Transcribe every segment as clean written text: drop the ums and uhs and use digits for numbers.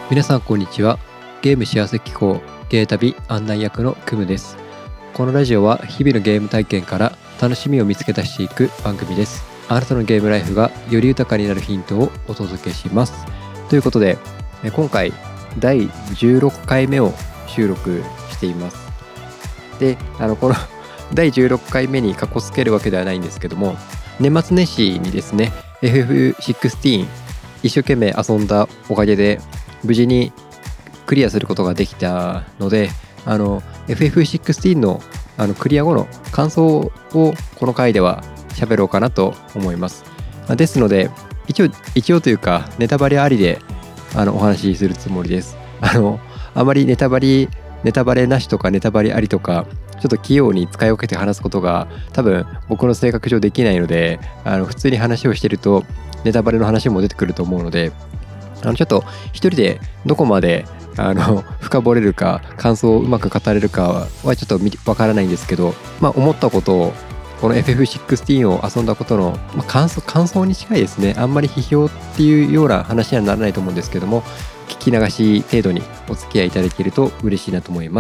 皆さんこんにちは。ゲーム幸せ機構ゲー旅案内役のクムです。このラジオは日々のゲーム体験から楽しみを見つけ出していく番組です。あなたのゲームライフがより豊かになるヒントをお届けします。ということで今回第16回目を収録しています。でこの第16回目にかこつけるわけではないんですけども、年末年始にですね FF16 一生懸命遊んだおかげで無事にクリアすることができたので、FF16 のクリア後の感想をこの回では喋ろうかなと思います。ですので一応というかネタバレありでお話しするつもりです。あまりネタバレなしとかネタバレありとかちょっと器用に使い分けて話すことが多分僕の性格上できないので、普通に話をしてるとネタバレの話も出てくると思うので、ちょっと一人でどこまで深掘れるか感想をうまく語れるかはちょっとわからないんですけど、思ったことをこの FF16 を遊んだことの、感想に近いですね。あんまり批評っていうような話にはならないと思うんですけども、聞き流し程度にお付き合いいただけると嬉しいなと思います。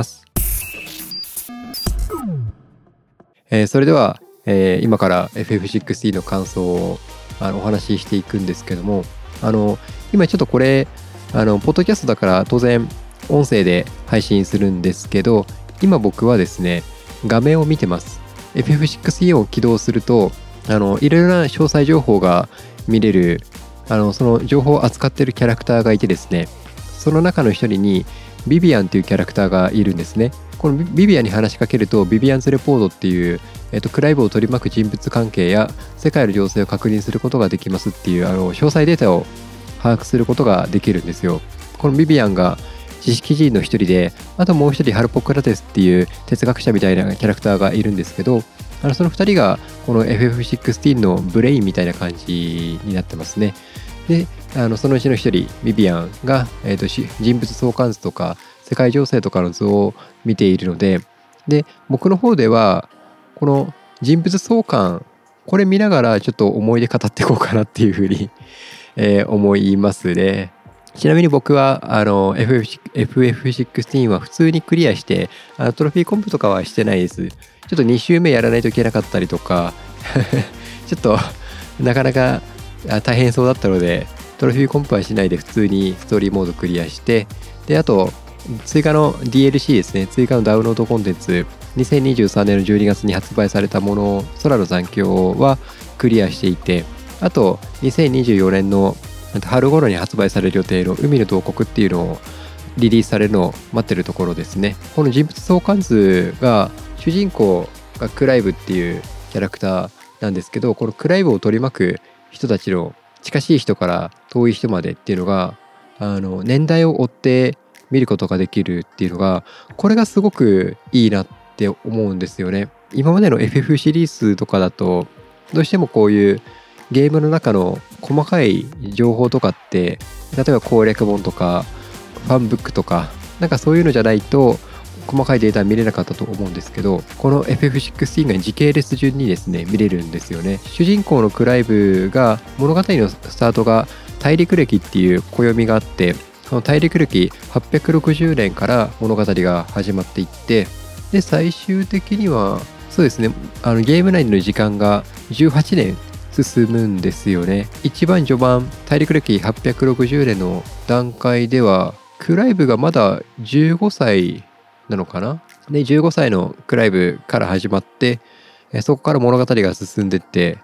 それでは、今から FF16 の感想をお話ししていくんですけども、今ちょっとこれポッドキャストだから当然音声で配信するんですけど、今僕はですね画面を見てます。 FF16 を起動するといろいろな詳細情報が見れるその情報を扱っているキャラクターがいてですね、その中の一人にビビアンというキャラクターがいるんですね。このビビアンに話しかけるとビビアンズレポートっていう、クライブを取り巻く人物関係や世界の情勢を確認することができますっていう詳細データを把握することができるんですよ。このビビアンが知識人の一人で、あともう一人ハルポクラテスっていう哲学者みたいなキャラクターがいるんですけど、その二人がこの FF16 のブレインみたいな感じになってますね。でそのうちの一人ビビアンが、人物相関図とか世界情勢とかの図を見ているので、僕の方ではこの人物相関これ見ながらちょっと思い出語っていこうかなっていうふうに思いますね。ちなみに僕はFF16 は普通にクリアしてトロフィーコンプとかはしてないです。ちょっと2周目やらないといけなかったりとかちょっとなかなか大変そうだったのでトロフィーコンプはしないで普通にストーリーモードクリアして、であと追加の DLC ですね、追加のダウンロードコンテンツ2023年の12月に発売されたもの空の残響はクリアしていて、あと2024年の春頃に発売される予定の海の洞窟っていうのをリリースされるのを待ってるところですね。この人物相関図が主人公がクライブっていうキャラクターなんですけど、このクライブを取り巻く人たちの近しい人から遠い人までっていうのが年代を追って見ることができるっていうのが、これがすごくいいなって思うんですよね。今までの FF シリーズとかだとどうしてもこういうゲームの中の細かい情報とかって例えば攻略本とかファンブックとかなんかそういうのじゃないと細かいデータ見れなかったと思うんですけど、この FF16 が時系列順にですね見れるんですよね。主人公のクライブが物語のスタートが大陸歴っていう暦があって、その大陸歴860年から物語が始まっていって、で最終的にはそうですねゲーム内の時間が18年進むんですよね。一番序盤大陸歴860年の段階ではクライブがまだ15歳なのかな。で15歳のクライブから始まってそこから物語が進んでって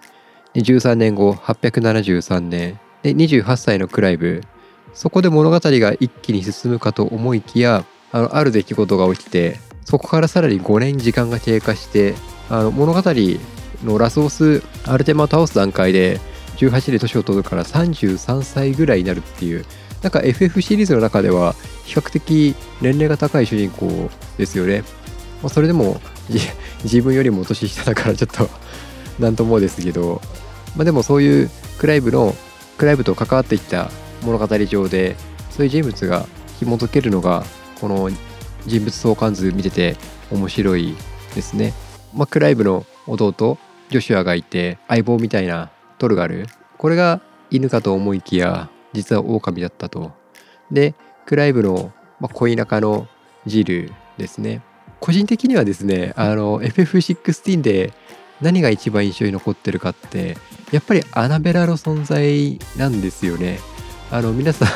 13年後873年で28歳のクライブ、そこで物語が一気に進むかと思いきやある出来事が起きて、そこからさらに5年時間が経過して物語のラスボスアルテマを倒す段階で18で年を取るから33歳ぐらいになるっていう、なんか FF シリーズの中では比較的年齢が高い主人公ですよね。それでも自分よりも年下だからちょっとなんともですけど、でもそういうクライブと関わってきた物語上でそういう人物が紐解けるのがこの人物相関図見てて面白いですね。クライブの弟ジョシュアがいて相棒みたいなトルガル、これが犬かと思いきや実は狼だったと。でクライブの、恋仲のジルですね。個人的にはですね、FF16 で何が一番印象に残ってるかって、やっぱりアナベラの存在なんですよね。皆さん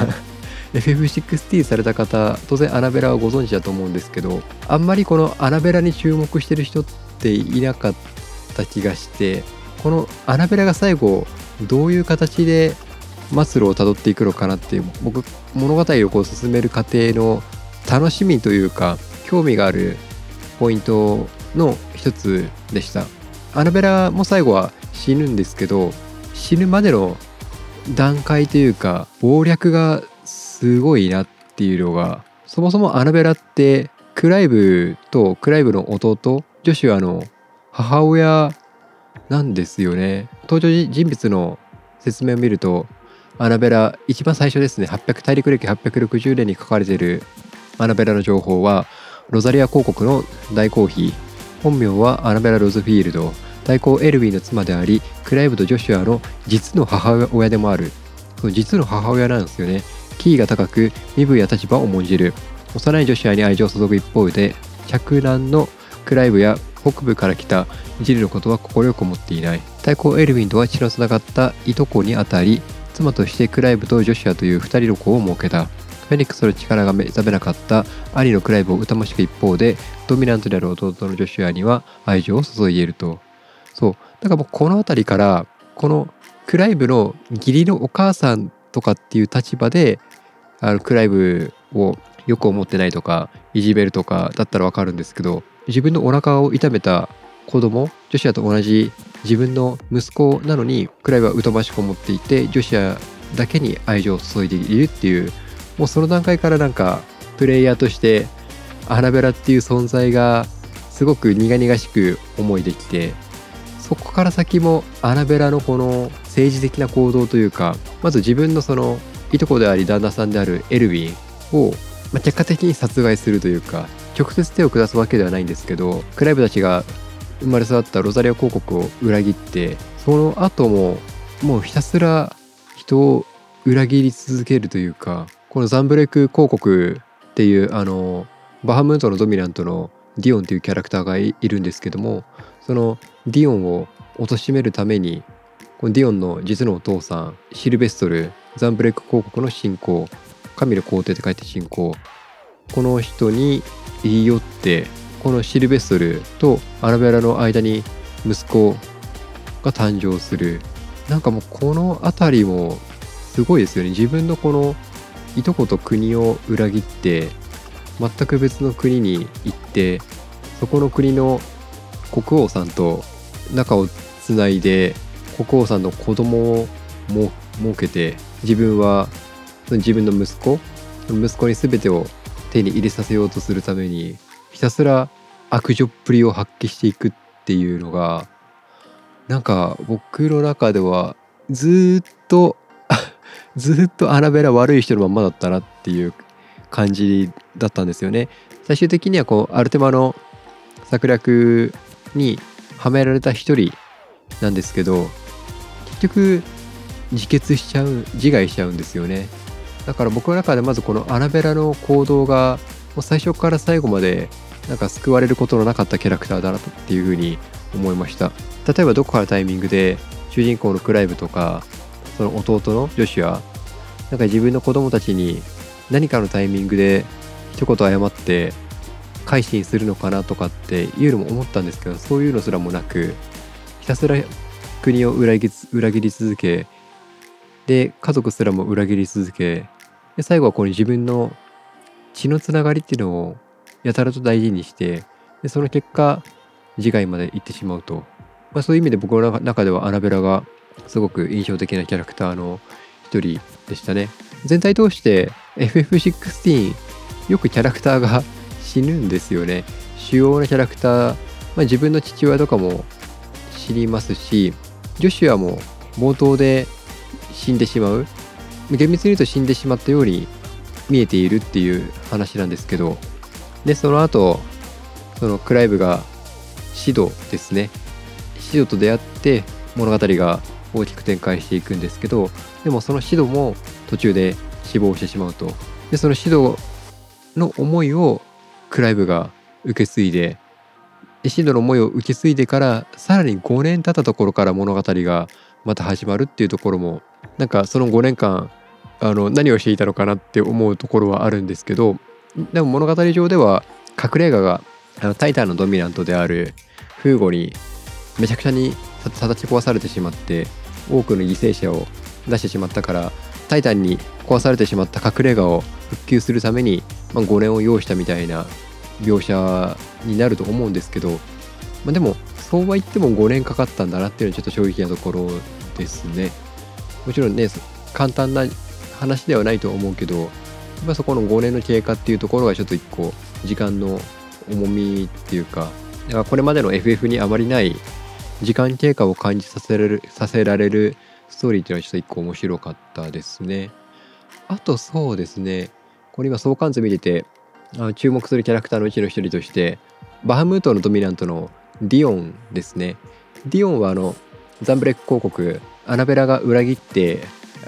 FF16 された方、当然アナベラはご存知だと思うんですけど、あんまりこのアナベラに注目してる人っていなかった気がして、このアナベラが最後どういう形で末路をたどっていくのかなっていう、僕物語をこう進める過程の楽しみというか興味があるポイントの一つでした。アナベラも最後は死ぬんですけど、死ぬまでの段階というか謀略がすごいなっていうのが、そもそもアナベラってクライブとクライブの弟ジョシュアの母親なんですよね。登場人物の説明を見ると、アナベラ一番最初ですね、大陸歴860年に書かれているアナベラの情報は、ロザリア公国の大公妃、本名はアナベラ・ロズフィールド、大公エルウィンの妻であり、クライブとジョシュアの実の母親でもある。実の母親なんですよね。地位が高く身分や立場を重んじる。幼いジョシュアに愛情を注ぐ一方で、嫡男のクライブや北部から来たジルのことは快く思っていない。大公エルウィンとは血のつながったいとこにあたり、妻としてクライブとジョシュアという2人の子を設けた。フェニックスの力が目覚めなかった兄のクライブを疎ましく一方で、ドミナントである弟のジョシュアには愛情を注いでいると。そう。だからもうこの辺りから、このクライブの義理のお母さんとかっていう立場で、クライブをよく思ってないとか、いじめるとかだったらわかるんですけど、自分のお腹を痛めた子供、ジョシュアと同じ自分の息子なのに、クライブは疎ましく思っていて、ジョシュアだけに愛情を注いでいるっていう、もうその段階からなんかプレイヤーとしてアナベラっていう存在がすごく苦々しく思いできて、そこから先もアナベラのこの政治的な行動というか、まず自分のそのいとこであり旦那さんであるエルヴィンを、結果的に殺害するというか、直接手を下すわけではないんですけど、クライブたちが生まれ育ったロザリア公国を裏切って、その後ももうひたすら人を裏切り続けるというか、このザンブレイク公国っていうバハムートのドミナントのディオンというキャラクターがいるんですけども、そのディオンを貶めるために、このディオンの実のお父さんシルベストル、ザンブレイク公国の信仰、神の皇帝って書いて信仰、この人に言い寄って、このシルベストルとアナベラの間に息子が誕生する。なんかもうこの辺りもすごいですよね。自分のこのいとこと国を裏切って全く別の国に行って、そこの国の国王さんと仲をつないで、国王さんの子供を設けて、自分は自分の息子に全てを手に入れさせようとするためにひたすら悪女っぷりを発揮していくっていうのが、なんか僕の中ではずっとアナベラ悪い人のまんまだったなっていう感じだったんですよね。最終的にはこうアルテマの策略にはめられた一人なんですけど、結局自害しちゃうんですよね。だから僕の中でまずこのアナベラの行動がもう最初から最後までなんか救われることのなかったキャラクターだなっていうふうに思いました。例えばどこかのタイミングで主人公のクライブとかその弟のジョシュア、なんか自分の子供たちに何かのタイミングで一言謝って改心するのかなとかっていうのも思ったんですけど、そういうのすらもなく、ひたすら国を裏切り続け、で家族すらも裏切り続け、で最後はこの自分の血のつながりっていうのをやたらと大事にして、でその結果自害まで行ってしまうと、そういう意味で僕の中ではアナベラがすごく印象的なキャラクターの一人でしたね。全体通して FF16 よくキャラクターが死ぬんですよね。主要なキャラクター、自分の父親とかも死にますし、ジョシュアも冒頭で死んでしまう、厳密に言うと死んでしまったように見えているっていう話なんですけど、でその後そのクライブがシドですね、シドと出会って物語が大きく展開していくんですけど、でもそのシドも途中で死亡してしまうと。 でそのシドの思いをクライブが受け継いで、シドの思いを受け継いでからさらに5年経ったところから物語がまた始まるっていうところも、なんかその5年間何をしていたのかなって思うところはあるんですけど、でも物語上では隠れ家がタイタンのドミナントであるフーゴにめちゃくちゃに叩き壊されてしまって多くの犠牲者を出してしまったから、タイタンに壊されてしまった隠れ家を復旧するために、5年を要したみたいな描写になると思うんですけど、でもそうは言っても5年かかったんだなっていうのはちょっと衝撃なところですね。もちろんね簡単な話ではないと思うけど、そこの5年の経過っていうところがちょっと一個時間の重みっていうか、だからこれまでの FF にあまりない時間経過を感じさせられるストーリーっていうのはちょっと一個面白かったですね。あとそうですね、これ今相関図見てて注目するキャラクターのうちの一人としてバハムートのドミナントのディオンですね。ディオンはザンブレック公国アナベラが裏切って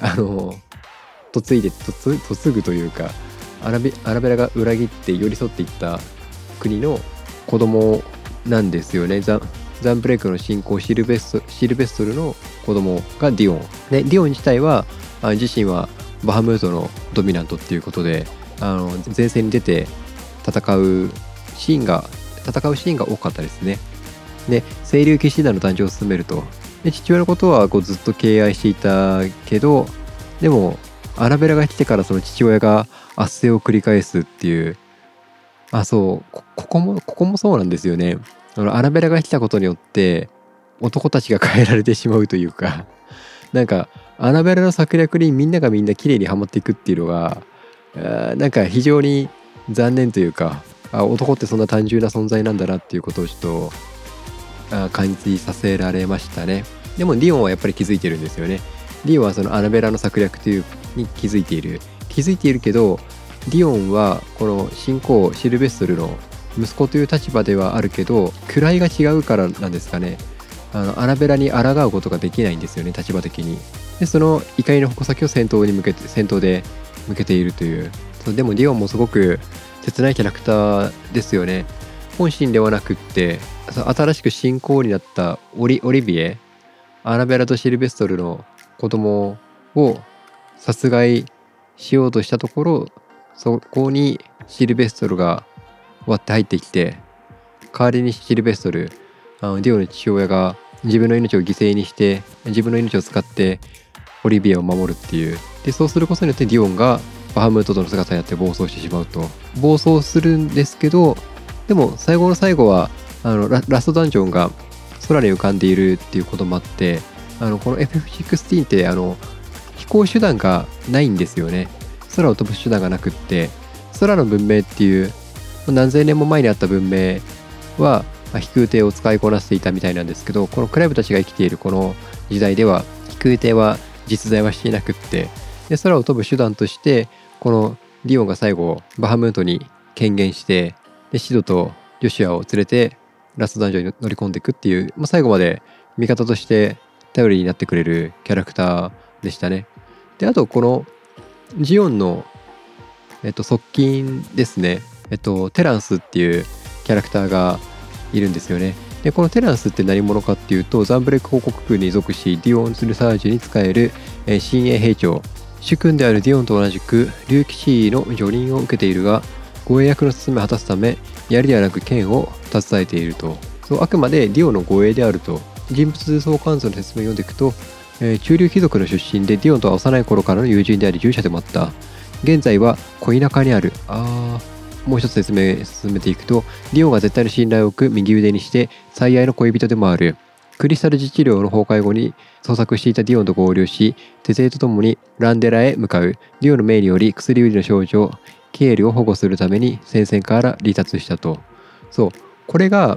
嫁ぐというかアナベラが裏切って寄り添っていった国の子供なんですよね。ザンブレイクの信仰シルベストルの子供がディオンで、ディオン自体は自身はバハムートのドミナントっていうことで前線に出て戦うシーンが多かったですね。で清流騎士団の誕生を進めると、で父親のことはずっと敬愛していたけど、でもアナベラが来てからその父親が圧政を繰り返すっていう、そうここもそうなんですよね。アナベラが来たことによって男たちが変えられてしまうというかなんかアナベラの策略にみんな綺麗にはまっていくっていうのがなんか非常に残念というか、男ってそんな単純な存在なんだなっていうことをちょっと感じさせられましたね。でもディオンはやっぱり気づいてるんですよね。ディオンはそのアナベラの策略というに気づいているけど、ディオンはこの信仰シルベストルの息子という立場ではあるけど位が違うからなんですかね、アナベラに抗うことができないんですよね、立場的に。でその怒りの矛先を戦闘で向けているという。でもディオンもすごく切ないキャラクターですよね。本心ではなくって新しく信仰になったオリビエ、アナベラとシルベストルの子供を殺害しようとしたところ、そこにシルベストルが割って入ってきて、代わりにシルベストルディオの父親が自分の命を犠牲にして自分の命を使ってオリビエを守るっていう。でそうすることによってディオンがバハムートとの姿になって暴走してしまうと。暴走するんですけど、でも最後の最後はラストダンジョンが空に浮かんでいるっていうこともあって、この FF16 って飛行手段がないんですよね。空を飛ぶ手段がなくって、空の文明っていう何千年も前にあった文明は飛空艇を使いこなしていたみたいなんですけど、このクライブたちが生きているこの時代では飛空艇は実在はしていなくって、で空を飛ぶ手段としてこのディオンが最後バハムートに権限して、でシドとジョシュアを連れてラストダンジョンに乗り込んでいくっていう、最後まで味方として頼りになってくれるキャラクターでしたね。であとこのジオンの、側近ですね、テランスっていうキャラクターがいるんですよね。でこのテランスって何者かっていうと、ザンブレック王国軍に属しディオン・ルサージュに仕える、親衛兵長、主君であるディオンと同じく竜騎士の助任を受けているが、護衛役の務めを果たすため槍ではなく剣を携えていると。あくまでディオンの護衛であると。人物相関図の説明を読んでいくと、中流貴族の出身でディオンとは幼い頃からの友人であり従者でもあった。現在は恋仲にある。もう一つ説明進めていくと、ディオンが絶対の信頼を置く右腕にして最愛の恋人でもある。クリスタル自治療の崩壊後に捜索していたディオンと合流し、テゼイと共にランデラへ向かう。ディオンの命により薬売りの少女ケールを保護するために戦線から離脱したと。これが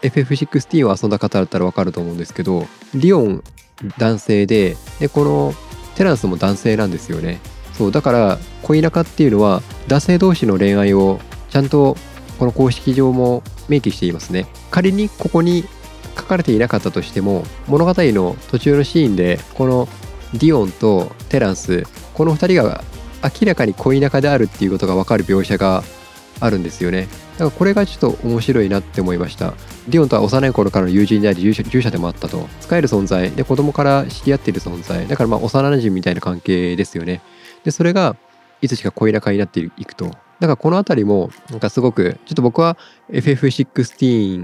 FF16 を遊んだ方だったら分かると思うんですけど、ディオン男性で、このテランスも男性なんですよね。だから恋仲っていうのは男性同士の恋愛をちゃんとこの公式上も明記していますね。仮にここに書かれていなかったとしても、物語の途中のシーンでこのディオンとテランス、この2人が明らかに恋仲であるっていうことが分かる描写があるんですよね。だからこれがちょっと面白いなって思いました。ディオンとは幼い頃からの友人であり従者でもあったと。使える存在で子供から知り合っている存在だから、幼馴染みたいな関係ですよね。でそれがいつしか恋仲になっていくと。だからこの辺りもなんかすごくちょっと僕は FF16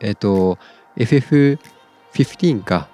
FF15 か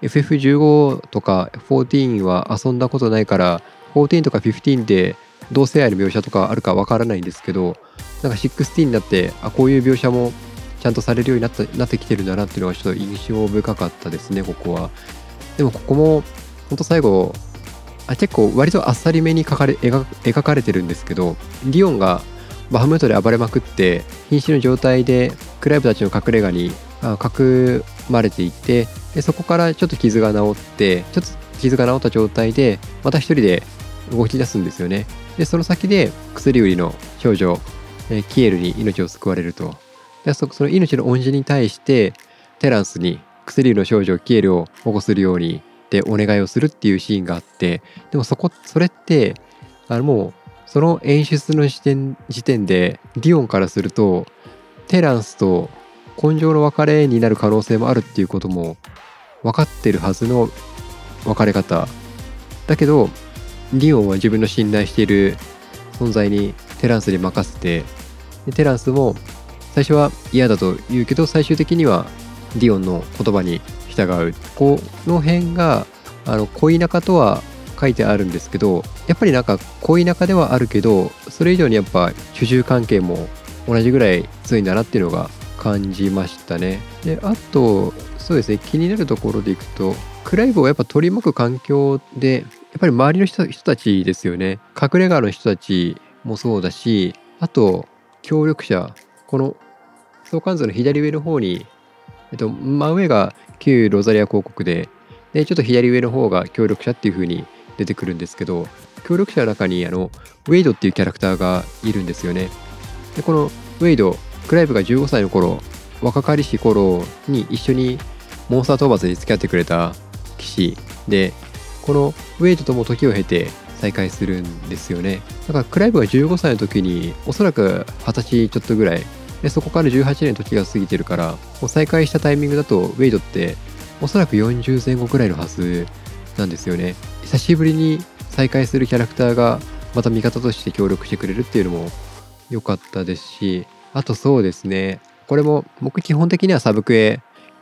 FF15 とか14は遊んだことないから、14とか15で同性愛の描写とかあるかわからないんですけど、なんか16になってこういう描写もちゃんとされるようになってきてるんだなっていうのがちょっと印象深かったですね、ここは。でもここもほんと最後結構割とあっさりめに描かれてるんですけど、リオンがバハムートで暴れまくって瀕死の状態でクライブたちの隠れ家に隠まれていて、でそこからちょっと傷が治った状態でまた一人で動き出すんですよね。でその先で薬売りの少女キエルに命を救われると。でその命の恩人に対してテランスに薬売りの少女キエルを保護するようにでお願いをするっていうシーンがあって、でもそれってもうその演出の時点でディオンからするとテランスと今生の別れになる可能性もあるっていうことも分かってるはずの別れ方だけど、ディオンは自分の信頼している存在にテランスに任せて、でテランスも最初は嫌だと言うけど最終的にはディオンの言葉に従う。この辺が恋仲とは書いてあるんですけど、やっぱりなんか恋仲ではあるけどそれ以上にやっぱ主従関係も同じぐらい強いんだなっていうのが感じましたね。であとそうですね、気になるところでいくとクライブをやっぱ取り巻く環境でやっぱり周りの人たちですよね。隠れ家の人たちもそうだし、あと協力者、この相関図の左上の方に、真上が旧ロザリア公国でちょっと左上の方が協力者っていう風に出てくるんですけど、協力者の中にウェイドっていうキャラクターがいるんですよね。でこのウェイド、クライブが15歳の頃、若かりし頃に一緒にモンスター討伐に付き合ってくれた騎士で、このウェイドとも時を経て再会するんですよね。だからクライブが15歳の時におそらく20歳ちょっとぐらいで、そこから18年時が過ぎてるから、もう再会したタイミングだとウェイドっておそらく40前後くらいのはずなんですよね。久しぶりに再会するキャラクターがまた味方として協力してくれるっていうのも良かったですし、あとそうですね、これも僕基本的にはサブクエ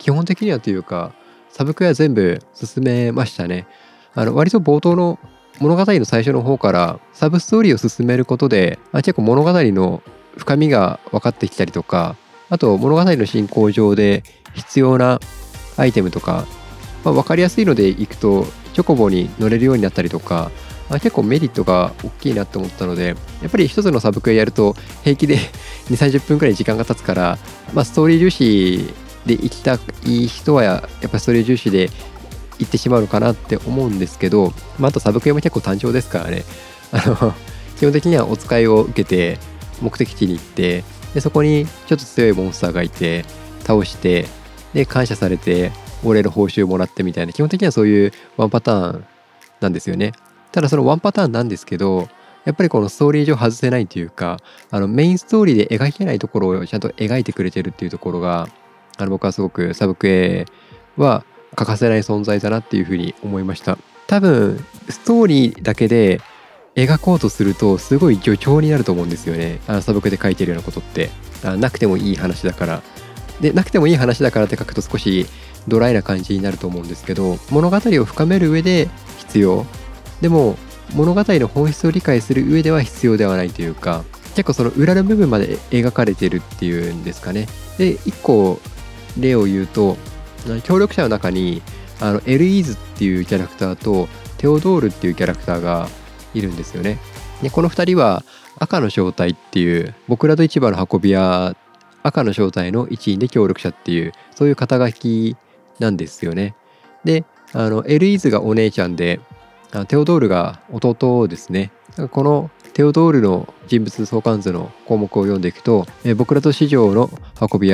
は全部進めましたね。割と冒頭の物語の最初の方からサブストーリーを進めることで結構物語の深みが分かってきたりとか、あと物語の進行上で必要なアイテムとか、分かりやすいのでいくとチョコボに乗れるようになったりとか、結構メリットが大きいなって思ったので、やっぱり一つのサブクエやると平気で2、30分くらい時間が経つから、ストーリー重視で行きたい人はやっぱストーリー重視で行ってしまうのかなって思うんですけど、あとサブクエも結構単調ですからね。基本的にはお使いを受けて目的地に行って、でそこにちょっと強いモンスターがいて倒して、で感謝されてお礼の報酬をもらってみたいな、基本的にはそういうワンパターンなんですよね。ただそのワンパターンなんですけど、やっぱりこのストーリー上外せないというか、メインストーリーで描けないところをちゃんと描いてくれてるっていうところが、僕はすごくサブクエは欠かせない存在だなっていうふうに思いました。多分ストーリーだけで描こうとするとすごい助長になると思うんですよね。サブクエで書いてるようなことってなくてもいい話だから。でなくてもいい話だからって書くと少しドライな感じになると思うんですけど、物語を深める上で必要、でも物語の本質を理解する上では必要ではないというか、結構その裏の部分まで描かれてるっていうんですかね。で一個例を言うと、協力者の中にエルイーズっていうキャラクターとテオドールっていうキャラクターがいるんですよね。でこの2人は赤の正体っていう僕らと市場の運び屋赤の正体の一員で協力者っていうそういう肩書きなんですよね。でエルイーズがお姉ちゃんでテオドールが弟ですね。このテオドールの人物相関図の項目を読んでいくと、僕らと市場の運び屋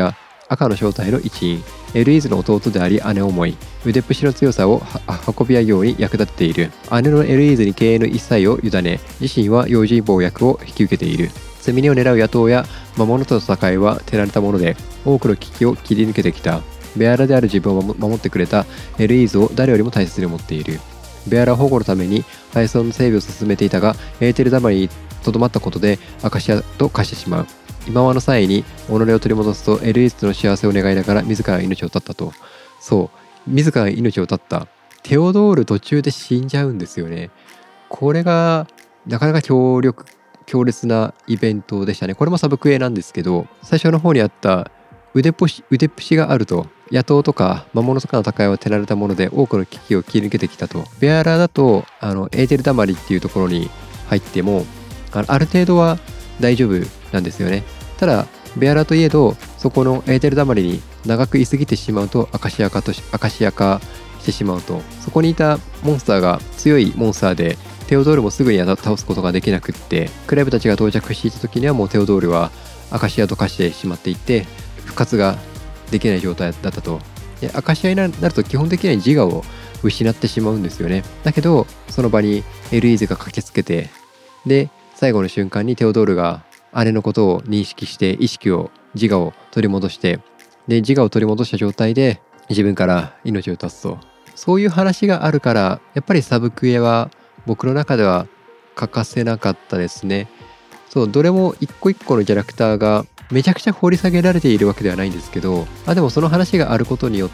赤の正体の一員。エルイーズの弟であり姉思い、腕っぷしの強さを運び屋業に役立てている。姉のエルイーズに経営の一切を委ね、自身は用心棒役を引き受けている。積み荷を狙う野党や魔物との戦いは手慣れたもので、多くの危機を切り抜けてきた。ベアラである自分を守ってくれたエルイーズを誰よりも大切に思っている。ベアラ保護のために配送の整備を進めていたが、エーテルダマにとどまったことでアカシアと化してしまう。今和の際に己を取り戻すとエルイーズの幸せを願いながら自ら命を絶ったと。そう、自ら命を絶った。テオドール途中で死んじゃうんですよね。これがなかなか強烈なイベントでしたね。これもサブクエなんですけど、最初の方にあった腕っぷしがあると、野党とか魔物とかの戦いは手慣れたもので多くの危機を切り抜けてきたと。ベアラだとエーテルダマリっていうところに入ってもある程度は大丈夫なんですよね。ただベアラといえど、そこのエーテルダマリに長く居すぎてしまうとアカシア化してしまうと、そこにいたモンスターが強いモンスターで、テオドールもすぐに倒すことができなくって、クライブたちが到着していた時にはもうテオドールはアカシアと化してしまっていて、復活ができない状態だったと。でアカシアになると基本的には自我を失ってしまうんですよね。だけどその場にエルイーズが駆けつけて、で最後の瞬間にテオドールが姉のことを認識して自我を取り戻して、で自我を取り戻した状態で自分から命を絶つと。そういう話があるから、やっぱりサブクエは僕の中では欠かせなかったですね。そう、どれも一個一個のキャラクターがめちゃくちゃ掘り下げられているわけではないんですけど、でもその話があることによって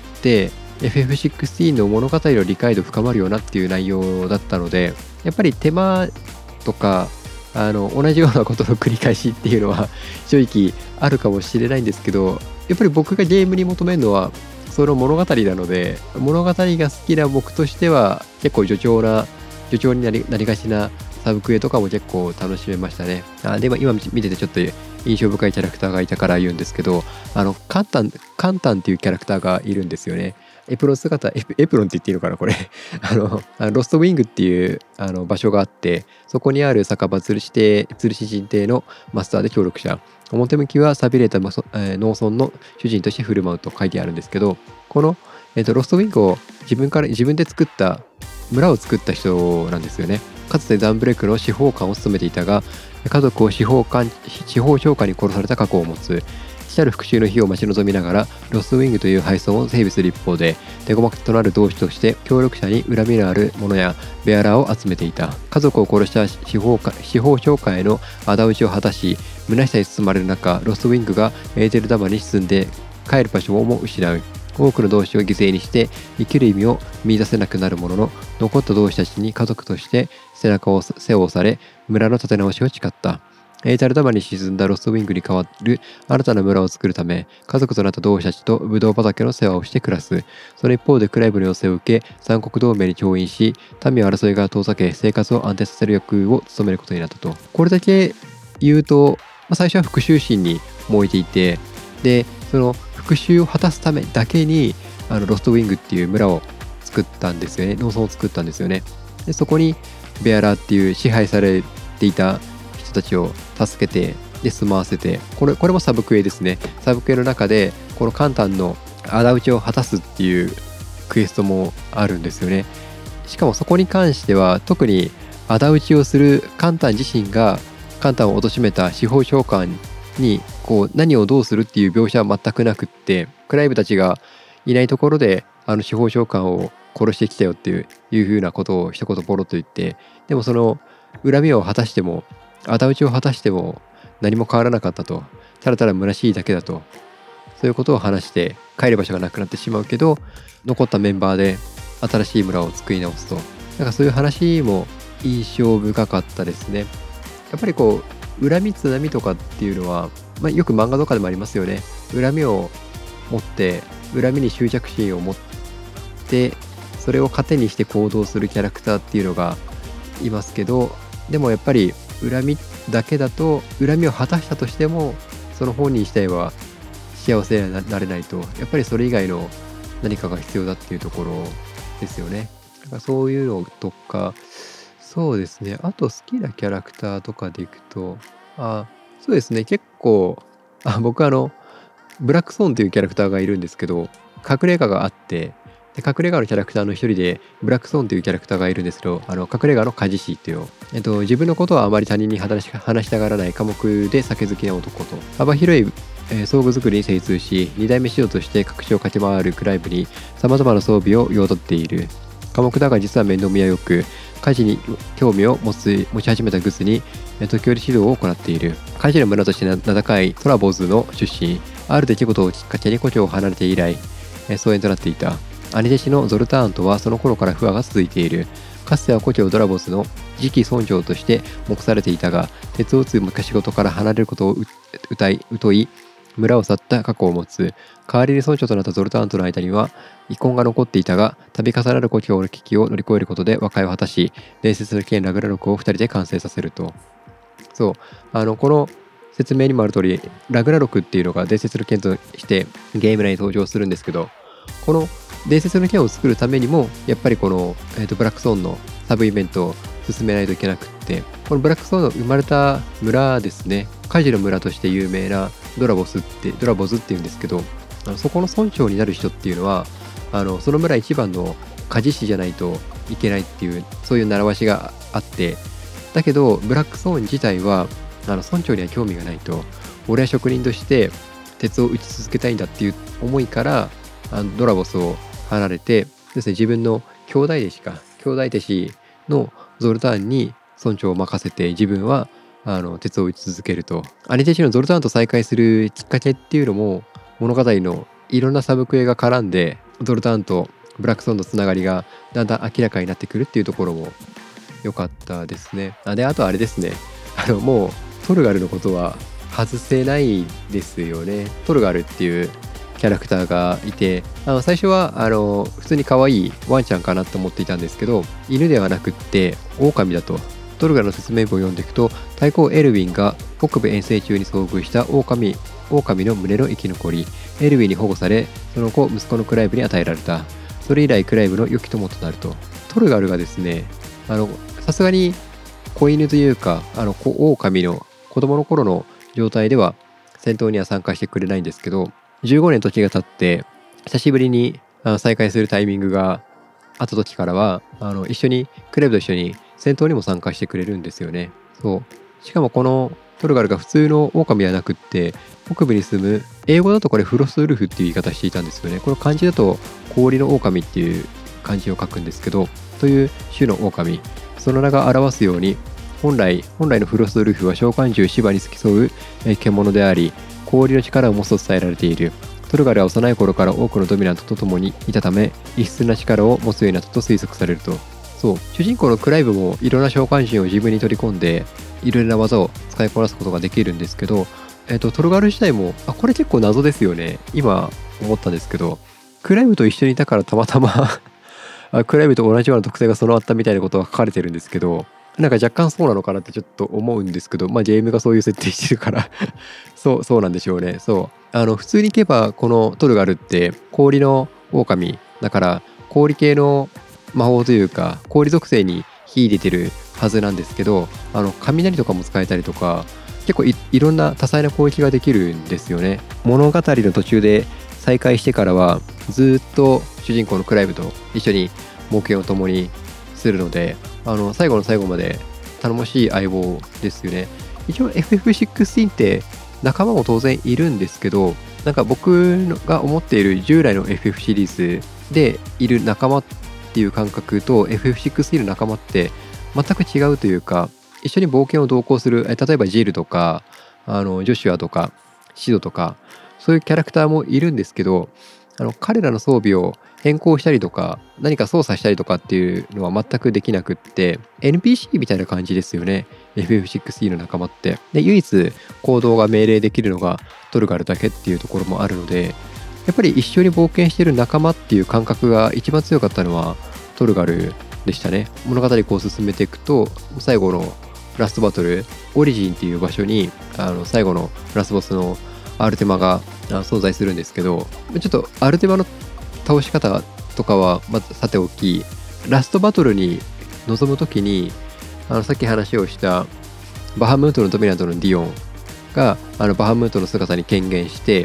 FF16 の物語の理解度深まるよなっていう内容だったので、やっぱり手間とか同じようなことの繰り返しっていうのは正直あるかもしれないんですけど、やっぱり僕がゲームに求めるのはその物語なので、物語が好きな僕としては結構序章になりがちなサブクエとかも結構楽しめましたね。で今見ててちょっと印象深いキャラクターがいたから言うんですけど、カンタンっていうキャラクターがいるんですよね。エプロン姿、エプロンって言っていいのかなこれロストウィングっていう場所があって、そこにある酒場吊るし人亭のマスターで協力者、表向きは寂れた農村の主人として振る舞うと書いてあるんですけど、この、ロストウィングを自分で作った村を作った人なんですよね。かつてダンブレイクの司法官を務めていたが、家族を司法長官に殺された過去を持つ。来たる復讐の日を待ち望みながらロストウィングという配送を整備する一方で、手駒となる同志として協力者に恨みのある者やベアラーを集めていた。家族を殺した司法長官への仇討ちを果たし、虚しさに包まれる中、ロストウィングがエーテルダマに沈んで帰る場所をも失う。多くの同志を犠牲にして生きる意味を見出せなくなるものの、残った同志たちに家族として背中を背負され、村の立て直しを誓った。エーテルダマに沈んだロストウィングに代わる新たな村を作るため、家族となった同志たちとブドウ畑の世話をして暮らす。その一方でクライブの要請を受け、三国同盟に調印し、民を争いが遠ざけ、生活を安定させる役を務めることになったと。これだけ言うと、最初は復讐心に燃えていて、でその復讐を果たすためだけにロストウィングっていう村を作ったんですよね。農村を作ったんですよね。でそこにベアラーっていう支配されていた人たちを助けて、で住まわせて、これもサブクエですね。サブクエの中でこのカンタンの仇討ちを果たすっていうクエストもあるんですよね。しかもそこに関しては特に仇討ちをするカンタン自身がカンタンを貶めた司法長官に何をどうするっていう描写は全くなくって、クライブたちがいないところで司法長官を殺してきたよっていう風なことを一言ポロッと言って、でもその恨みを果たしても仇討ちを果たしても何も変わらなかったと、ただただ虚しいだけだと、そういうことを話して帰る場所がなくなってしまうけど、残ったメンバーで新しい村を作り直すと、そういう話も印象深かったですね。やっぱり恨みつらみとかっていうのは、よく漫画とかでもありますよね。恨みを持って恨みに執着心を持ってそれを糧にして行動するキャラクターっていうのがいますけど、でもやっぱり恨みだけだと、恨みを果たしたとしてもその本人自体は幸せになれないと、やっぱりそれ以外の何かが必要だっていうところですよね。そういうのとか、そうですね、あと好きなキャラクターとかでいくと、そうですね、結構僕ブラックソーンというキャラクターがいるんですけど、隠れ家があって、で隠れ家のキャラクターの一人でブラックソーンというキャラクターがいるんですけど、隠れ家のカジシっていう、自分のことはあまり他人に話したがらない寡黙で酒好きな男と、幅広い装具作りに精通し、二代目仕様として各地を駆け回るクライブに様々な装備を用取っている。寡黙だが実は面倒見はよく、家事に興味を持ち始めたグスに時折指導を行っている。家事の村として名高いトラボズの出身。ある出来事をきっかけに故郷を離れて以来、疎遠となっていた。兄弟子のゾルターンとはその頃から不和が続いている。かつては故郷ドラボスの次期村長として目されていたが、鉄を打つ昔仕事から離れることを疎い村を去った過去を持つ。代わりに村長となったゾルターンとの間には遺恨が残っていたが、度重なる故郷の危機を乗り越えることで和解を果たし、伝説の剣ラグラロクを2人で完成させると。そう、この説明にもある通り、ラグラロクっていうのが伝説の剣としてゲーム内に登場するんですけど、この伝説の剣を作るためにもやっぱりこの、ブラックソーンのサブイベントを進めないといけなくって、このブラックソーンの生まれた村ですね、カジの村として有名なドラボズっていうんですけど、そこの村長になる人っていうのはその村一番の鍛冶師じゃないといけないっていう、そういう習わしがあって、だけどブラックソーン自体は村長には興味がないと、俺は職人として鉄を打ち続けたいんだっていう思いからドラボスを離れてですね、自分の兄弟弟子のゾルターンに村長を任せて、自分は鉄を打ち続けると。兄弟子のゾルターンと再会するきっかけっていうのも物語のいろんなサブクエが絡んで、ゾルターンとブラックソーンのつながりがだんだん明らかになってくるっていうところも良かったですね。であとあれですね、もうトルガルのことは外せないですよね。トルガルっていうキャラクターがいて、最初は普通に可愛いワンちゃんかなと思っていたんですけど、犬ではなくって狼だと。トルガルの説明文を読んでいくと、太閤エルウィンが北部遠征中に遭遇した狼の胸の生き残り、エルウィンに保護され、その後息子のクライブに与えられた。それ以来クライブの良き友となると。トルガルがですね、さすがに子犬というか狼の子供の頃の状態では戦闘には参加してくれないんですけど、15年時が経って久しぶりに再会するタイミングがあった時からはクライブと一緒に戦闘にも参加してくれるんですよね。そう。しかもこのトルガルが普通の狼ではなくって、北部に住む、英語だとこれフロストウルフっていう言い方していたんですよね。この漢字だと氷の狼っていう漢字を書くんですけど、という種の狼、その名が表すように、本来のフロストウルフは召喚獣シバに付き添う獣であり、氷の力を持つと伝えられている。トルガルは幼い頃から多くのドミナントと共にいたため、異質な力を持つようになったと推測されると。そう、主人公のクライブもいろんな召喚獣を自分に取り込んで、いろいろな技を使いこなすことができるんですけど、トルガル自体もこれ結構謎ですよね。今思ったんですけど、クライブと一緒にいたからたまたまクライブと同じような特性が備わったみたいなことが書かれてるんですけど、なんか若干そうなのかなってちょっと思うんですけど、ゲームがそういう設定してるからそうなんでしょうね。そう普通にいけばこのトルガルって氷の狼だから、氷系の魔法というか氷属性に秀でてるはずなんですけど、雷とかも使えたりとか、結構 いろんな多彩な攻撃ができるんですよね。物語の途中で再会してからはずっと主人公のクライブと一緒に冒険を共にするので、最後の最後まで頼もしい相棒ですよね。一応 FF16 って仲間も当然いるんですけど、なんか僕が思っている従来の FF シリーズでいる仲間っていう感覚と FF16 の仲間って全く違うというか、一緒に冒険を同行する、例えばジルとかジョシュアとかシドとか、そういうキャラクターもいるんですけど、彼らの装備を変更したりとか何か操作したりとかっていうのは全くできなくって、 NPC みたいな感じですよね、 FF16 の仲間って。で唯一行動が命令できるのがトルガルだけっていうところもあるので、やっぱり一緒に冒険してる仲間っていう感覚が一番強かったのはトルガルでしたね。物語こう進めていくと、最後のラストバトルオリジンっていう場所に最後のラスボスのアルテマが存在するんですけど、ちょっとアルテマの倒し方とかはまずさておき、ラストバトルに臨む時にさっき話をしたバハムートのドミナントのディオンがバハムートの姿に権限して、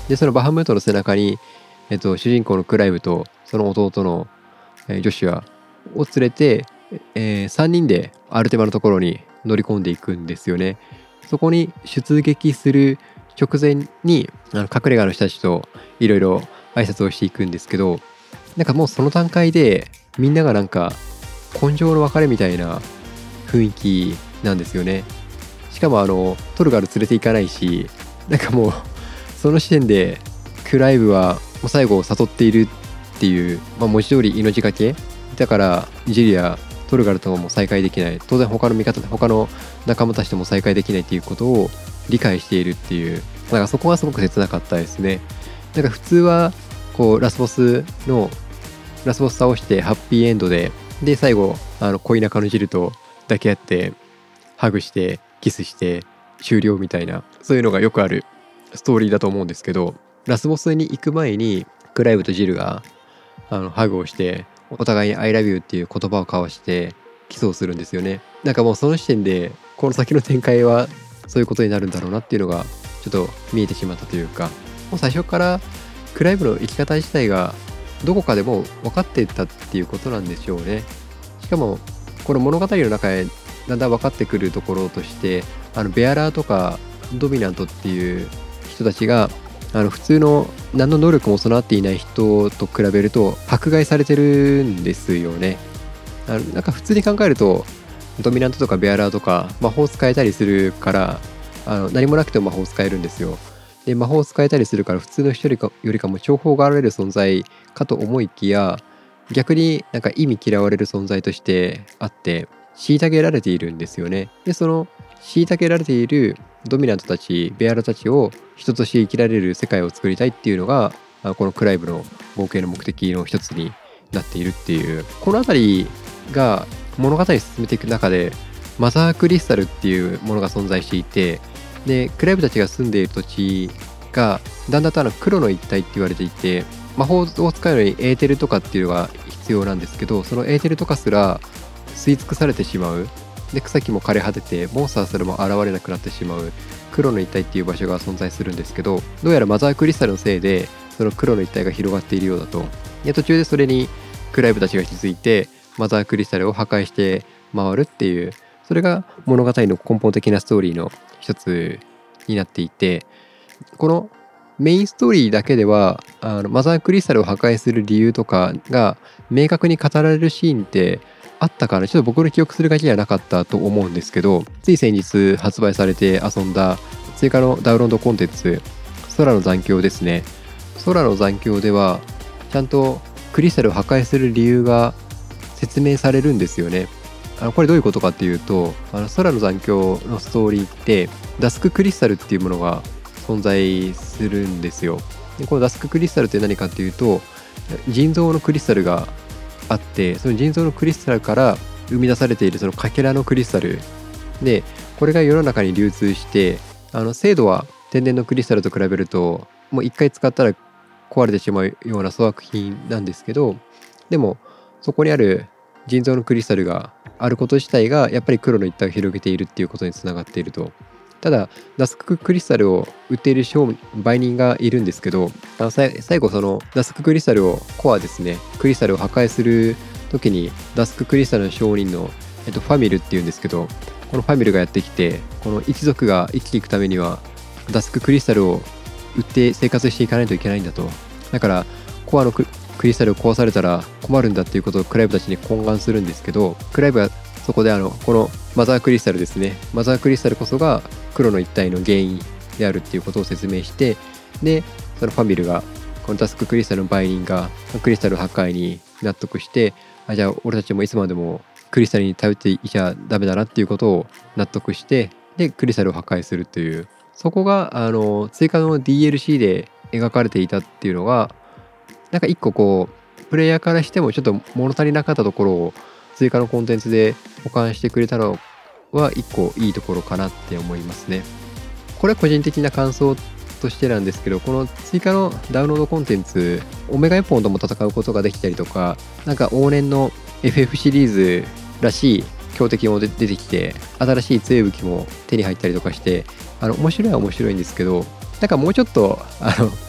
でそのバハムートの背中に、主人公のクライブとその弟の、ジョシュアを連れて、3人でアルテマのところに乗り込んでいくんですよね。そこに出撃する直前に隠れ家の人たちといろいろ挨拶をしていくんですけど、なんかもうその段階でみんながなんか根性の別れみたいな雰囲気なんですよね。しかもトルガル連れて行かないし、なんかもうその時点でクライブはもう最後を悟っているっていう、文字通り命がけだから、ジュリアトルガルとも再会できない、当然他の仲間たちとも再会できないっていうことを理解しているっていう、なんかそこがすごく切なかったですね。なんか普通はこうラスボス倒してハッピーエンドで最後恋仲のジルと抱き合ってハグしてキスして終了みたいな、そういうのがよくあるストーリーだと思うんですけど、ラスボスに行く前にクライブとジルがハグをしてお互いに I love you っていう言葉を交わしてキスをするんですよね。なんかもうその時点でこの先の展開はそういうことになるんだろうなっていうのがちょっと見えてしまったというか、もう最初からクライブの生き方自体がどこかでもう分かっていたっていうことなんでしょうね。しかもこの物語の中でだんだん分かってくるところとして、ベアラーとかドミナントっていう人たちが普通の何の能力も備わっていない人と比べると迫害されてるんですよね。なんか普通に考えるとドミナントとかベアラーとか魔法使えたりするから、何もなくても魔法使えるんですよ。で魔法使えたりするから普通の人よりかも重宝があられる存在かと思いきや、逆になんか意味嫌われる存在としてあって虐げられているんですよね。でその虐げられているドミナントたちベアラたちを人として生きられる世界を作りたいっていうのがこのクライブの冒険の目的の一つになっているっていう、この辺りが物語を進めていく中でマザークリスタルっていうものが存在していて、でクライブたちが住んでいる土地がだんだんと黒の一帯って言われていて、魔法を使うのにエーテルとかっていうのが必要なんですけど、そのエーテルとかすら吸い尽くされてしまう。で草木も枯れ果ててモンスターすらも現れなくなってしまう黒の一帯っていう場所が存在するんですけど、どうやらマザークリスタルのせいでその黒の一帯が広がっているようだと。で途中でそれにクライブたちが気づいてマザークリスタルを破壊して回るっていう、それが物語の根本的なストーリーの一つになっていて、このメインストーリーだけではマザークリスタルを破壊する理由とかが明確に語られるシーンってあったかな、ちょっと僕の記憶する限りはなかったと思うんですけど、つい先日発売されて遊んだ追加のダウンロードコンテンツ空の残響ですね。空の残響ではちゃんとクリスタルを破壊する理由が説明されるんですよね。これどういうことかっていうと、空の残響のストーリーってダスククリスタルっていうものが存在するんですよ。でこのダスククリスタルって何かっていうと、人造のクリスタルがあって、その人造のクリスタルから生み出されているそのかけらのクリスタルで、これが世の中に流通して、精度は天然のクリスタルと比べるともう一回使ったら壊れてしまうような粗悪品なんですけど、でもそこにある人造のクリスタルがあること自体がやっぱり黒の一帯を広げているっていうことにつながっていると。ただダスククリスタルを売っている売人がいるんですけど、最後そのダスククリスタルをコアですね、クリスタルを破壊する時にダスククリスタルの証人の、ファミルっていうんですけど、このファミルがやってきて、この一族が生きていくためにはダスククリスタルを売って生活していかないといけないんだと。だからコアのクリスタルを壊されたら困るんだっていうことをクライブたちに懇願するんですけど、クライブはそこでこのマザークリスタルですね、マザークリスタルこそが黒の一帯の原因であるっていうことを説明して、でそのファミルがこのダスククリスタルの売人がクリスタル破壊に納得して、じゃあ俺たちもいつまでもクリスタルに頼っていちゃダメだなっていうことを納得して、でクリスタルを破壊するという、そこが追加の DLC で描かれていたっていうのが、なんか一個こうプレイヤーからしてもちょっと物足りなかったところを追加のコンテンツで保管してくれたのは一個いいところかなって思いますね。これは個人的な感想としてなんですけど、この追加のダウンロードコンテンツ、オメガエポンとも戦うことができたりとか、なんか往年の FF シリーズらしい強敵も出てきて、新しい強い武器も手に入ったりとかして、面白いは面白いんですけど、なんかもうちょっと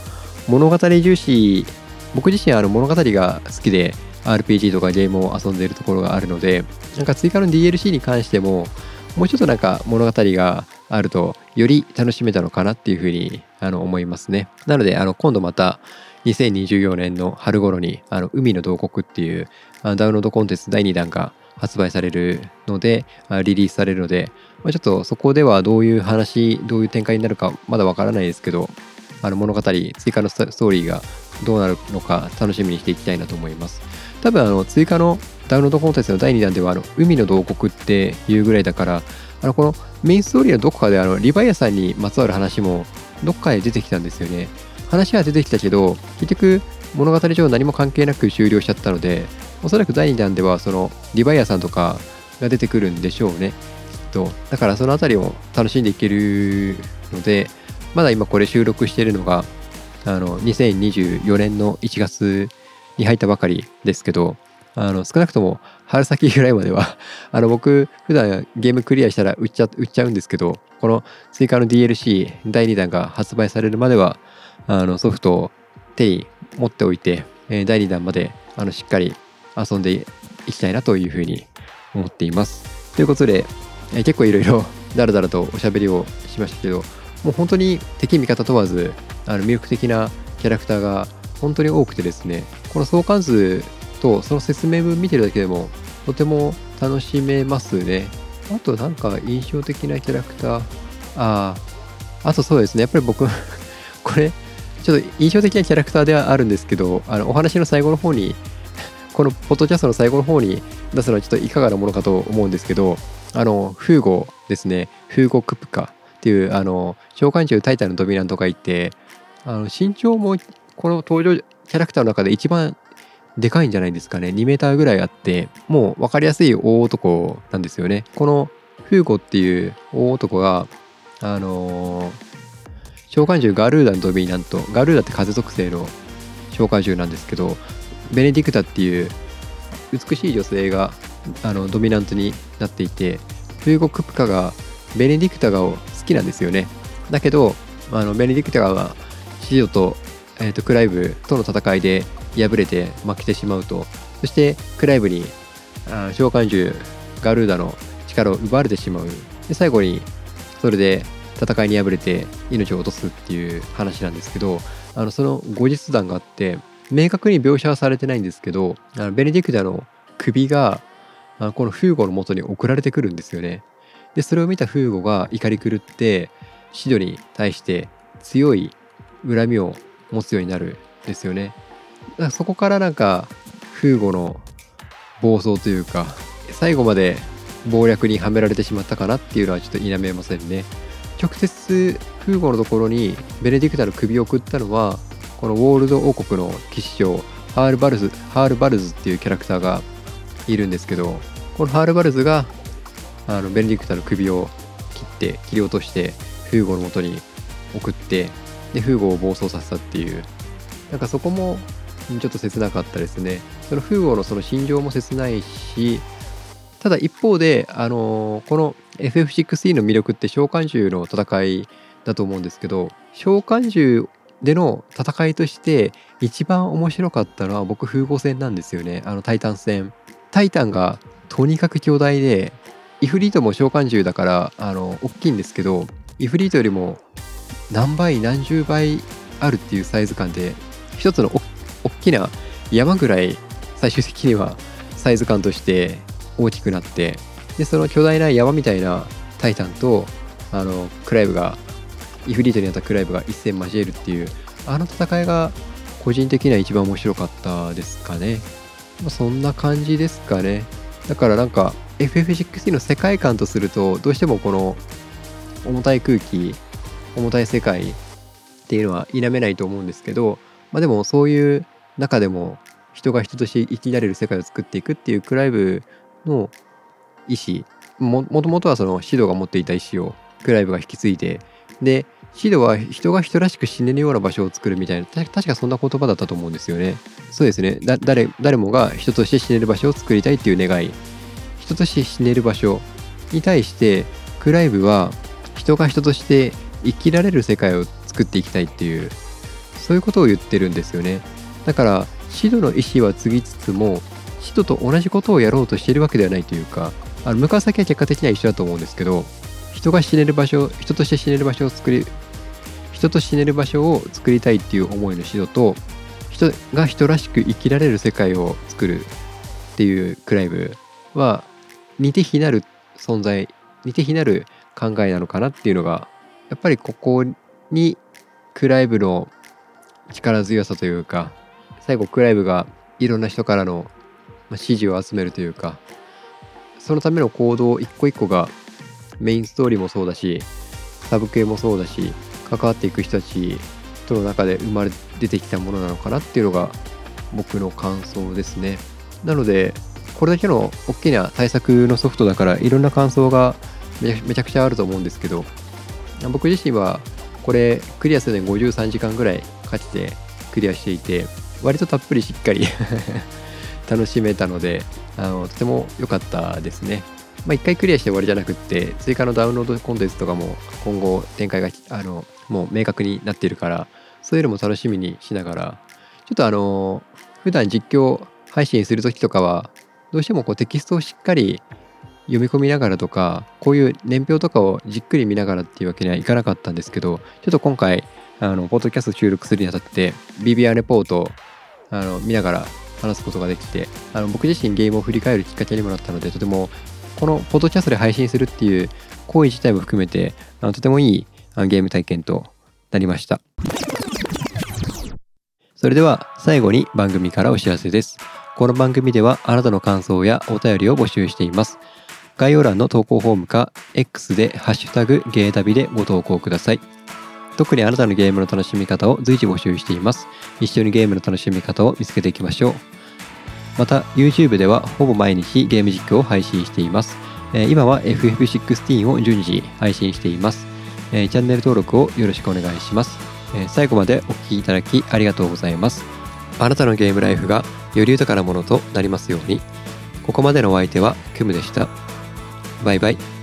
物語重視、僕自身は物語が好きで RPG とかゲームを遊んでいるところがあるので、なんか追加の DLC に関してももうちょっとなんか物語があるとより楽しめたのかなっていうふうに思いますね。なので今度また2024年の春頃に海の洞窟っていうダウンロードコンテンツ第2弾が発売されるので、リリースされるので、ちょっとそこではどういう話、どういう展開になるかまだわからないですけど、物語追加のストーリーがどうなるのか楽しみにしていきたいなと思います。多分追加のダウンロードコンテンツの第2弾では海の洞窟っていうぐらいだから、このメインストーリーのどこかでリヴァイアさんにまつわる話もどっかで出てきたんですよね。話は出てきたけど結局物語上何も関係なく終了しちゃったので、おそらく第2弾ではそのリヴァイアさんとかが出てくるんでしょうね、きっと。だからそのあたりを楽しんでいけるので、まだ今これ収録しているのが2024年の1月に入ったばかりですけど、少なくとも春先ぐらいまでは僕普段ゲームクリアしたら売っちゃうんですけど、この追加の DLC 第2弾が発売されるまではソフトを手に持っておいて、第2弾までしっかり遊んでいきたいなというふうに思っています。ということで、結構いろいろだらだらとおしゃべりをしましたけど、もう本当に敵味方問わず魅力的なキャラクターが本当に多くてですね、この相関図とその説明文見てるだけでもとても楽しめますね。あとなんか印象的なキャラクター、あとそうですね、やっぱり僕これちょっと印象的なキャラクターではあるんですけど、お話の最後の方にこのポッドキャストの最後の方に出すのはちょっといかがなものかと思うんですけど、フーゴですね、フーゴクプカっていう召喚獣タイタンのドミナントがいて、身長もこの登場キャラクターの中で一番でかいんじゃないですかね。2メーターぐらいあって、もう分かりやすい大男なんですよね。このフーゴっていう大男が召喚獣ガルーダのドミナント、ガルーダって風属性の召喚獣なんですけど、ベネディクタっていう美しい女性がドミナントになっていて、フーゴクプカがベネディクタが好きなんですよね。だけどベネディクタがシドと、クライブとの戦いで敗れて負けてしまうと、そしてクライブに召喚獣ガルーダの力を奪われてしまう。で最後にそれで戦いに敗れて命を落とすっていう話なんですけど、その後日談があって明確に描写はされてないんですけど、ベネディクタの首がこのフーゴの元に送られてくるんですよね。でそれを見たフーゴが怒り狂ってシドに対して強い恨みを持つようになるんですよね。だからそこからなんかフーゴの暴走というか、最後まで謀略にはめられてしまったかなっていうのはちょっと否めませんね。直接フーゴのところにベネディクタの首を送ったのはこのウォールド王国の騎士長ハールバルズっていうキャラクターがいるんですけど、このハールバルズがベネディクタの首を切り落としてフーゴの元に送って、でフーゴを暴走させたっていう、なんかそこもちょっと切なかったですね。そのフーゴのその心情も切ないし、ただ一方でこの FF16 の魅力って召喚獣の戦いだと思うんですけど、召喚獣での戦いとして一番面白かったのは僕フーゴ戦なんですよね。タイタン戦、タイタンがとにかく巨大で、イフリートも召喚獣だから大きいんですけど、イフリートよりも何倍何十倍あるっていうサイズ感で、一つの大きな山ぐらい最終的にはサイズ感として大きくなって、でその巨大な山みたいなタイタンとクライブがイフリートになったクライブが一戦交えるっていう戦いが個人的には一番面白かったですかね。そんな感じですかね。だからなんか FF16 の世界観とするとどうしてもこの重たい空気、重たい世界っていうのは否めないと思うんですけど、でもそういう中でも人が人として生きられる世界を作っていくっていうクライブの意志、もともとはそのシドが持っていた意志をクライブが引き継いで、でシドは人が人らしく死ねるような場所を作るみたいな、確かそんな言葉だったと思うんですよね。そうですね。誰もが人として死ねる場所を作りたいっていう願い、人として死ねる場所に対してクライブは人が人として生きられる世界を作っていきたいっていう、 そういうことを言ってるんですよね。だからシドの意思は継ぎつつも、シドと同じことをやろうとしているわけではないというか、向かう先は結果的には一緒だと思うんですけど、人として死ねる場所を作りたいっていう思いのシドと、人が人らしく生きられる世界を作るっていうクライブは似て非なる存在、似て非なる考えなのかなっていうのが、やっぱりここにクライブの力強さというか、最後クライブがいろんな人からの支持を集めるというか、そのための行動一個一個がメインストーリーもそうだし、サブ系もそうだし、関わっていく人たちとの中で出てきたものなのかなっていうのが僕の感想ですね。なのでこれだけの大きな対策のソフトだから、いろんな感想がめちゃくちゃあると思うんですけど、僕自身はこれクリアするのに53時間ぐらいかけてクリアしていて、割とたっぷりしっかり楽しめたので、とても良かったですね。一回クリアして終わりじゃなくって、追加のダウンロードコンテンツとかも今後展開がもう明確になっているから、そういうのも楽しみにしながら、ちょっと普段実況配信する時とかはどうしてもテキストをしっかり読み込みながらとか、こういう年表とかをじっくり見ながらっていうわけにはいかなかったんですけど、ちょっと今回ポッドキャスト収録するにあたって BBR レポートを見ながら話すことができて、僕自身ゲームを振り返るきっかけにもなったので、とてもこのポッドキャストで配信するっていう行為自体も含めてとてもいいゲーム体験となりました。それでは最後に番組からお知らせです。この番組ではあなたの感想やお便りを募集しています。概要欄の投稿フォームか X でハッシュタグゲータビでご投稿ください。特にあなたのゲームの楽しみ方を随時募集しています。一緒にゲームの楽しみ方を見つけていきましょう。また YouTube ではほぼ毎日ゲーム実況を配信しています。今は FF16 を順次配信しています。チャンネル登録をよろしくお願いします。最後までお聞きいただきありがとうございます。あなたのゲームライフがより豊かなものとなりますように。ここまでのお相手はクムでした。バイバイ。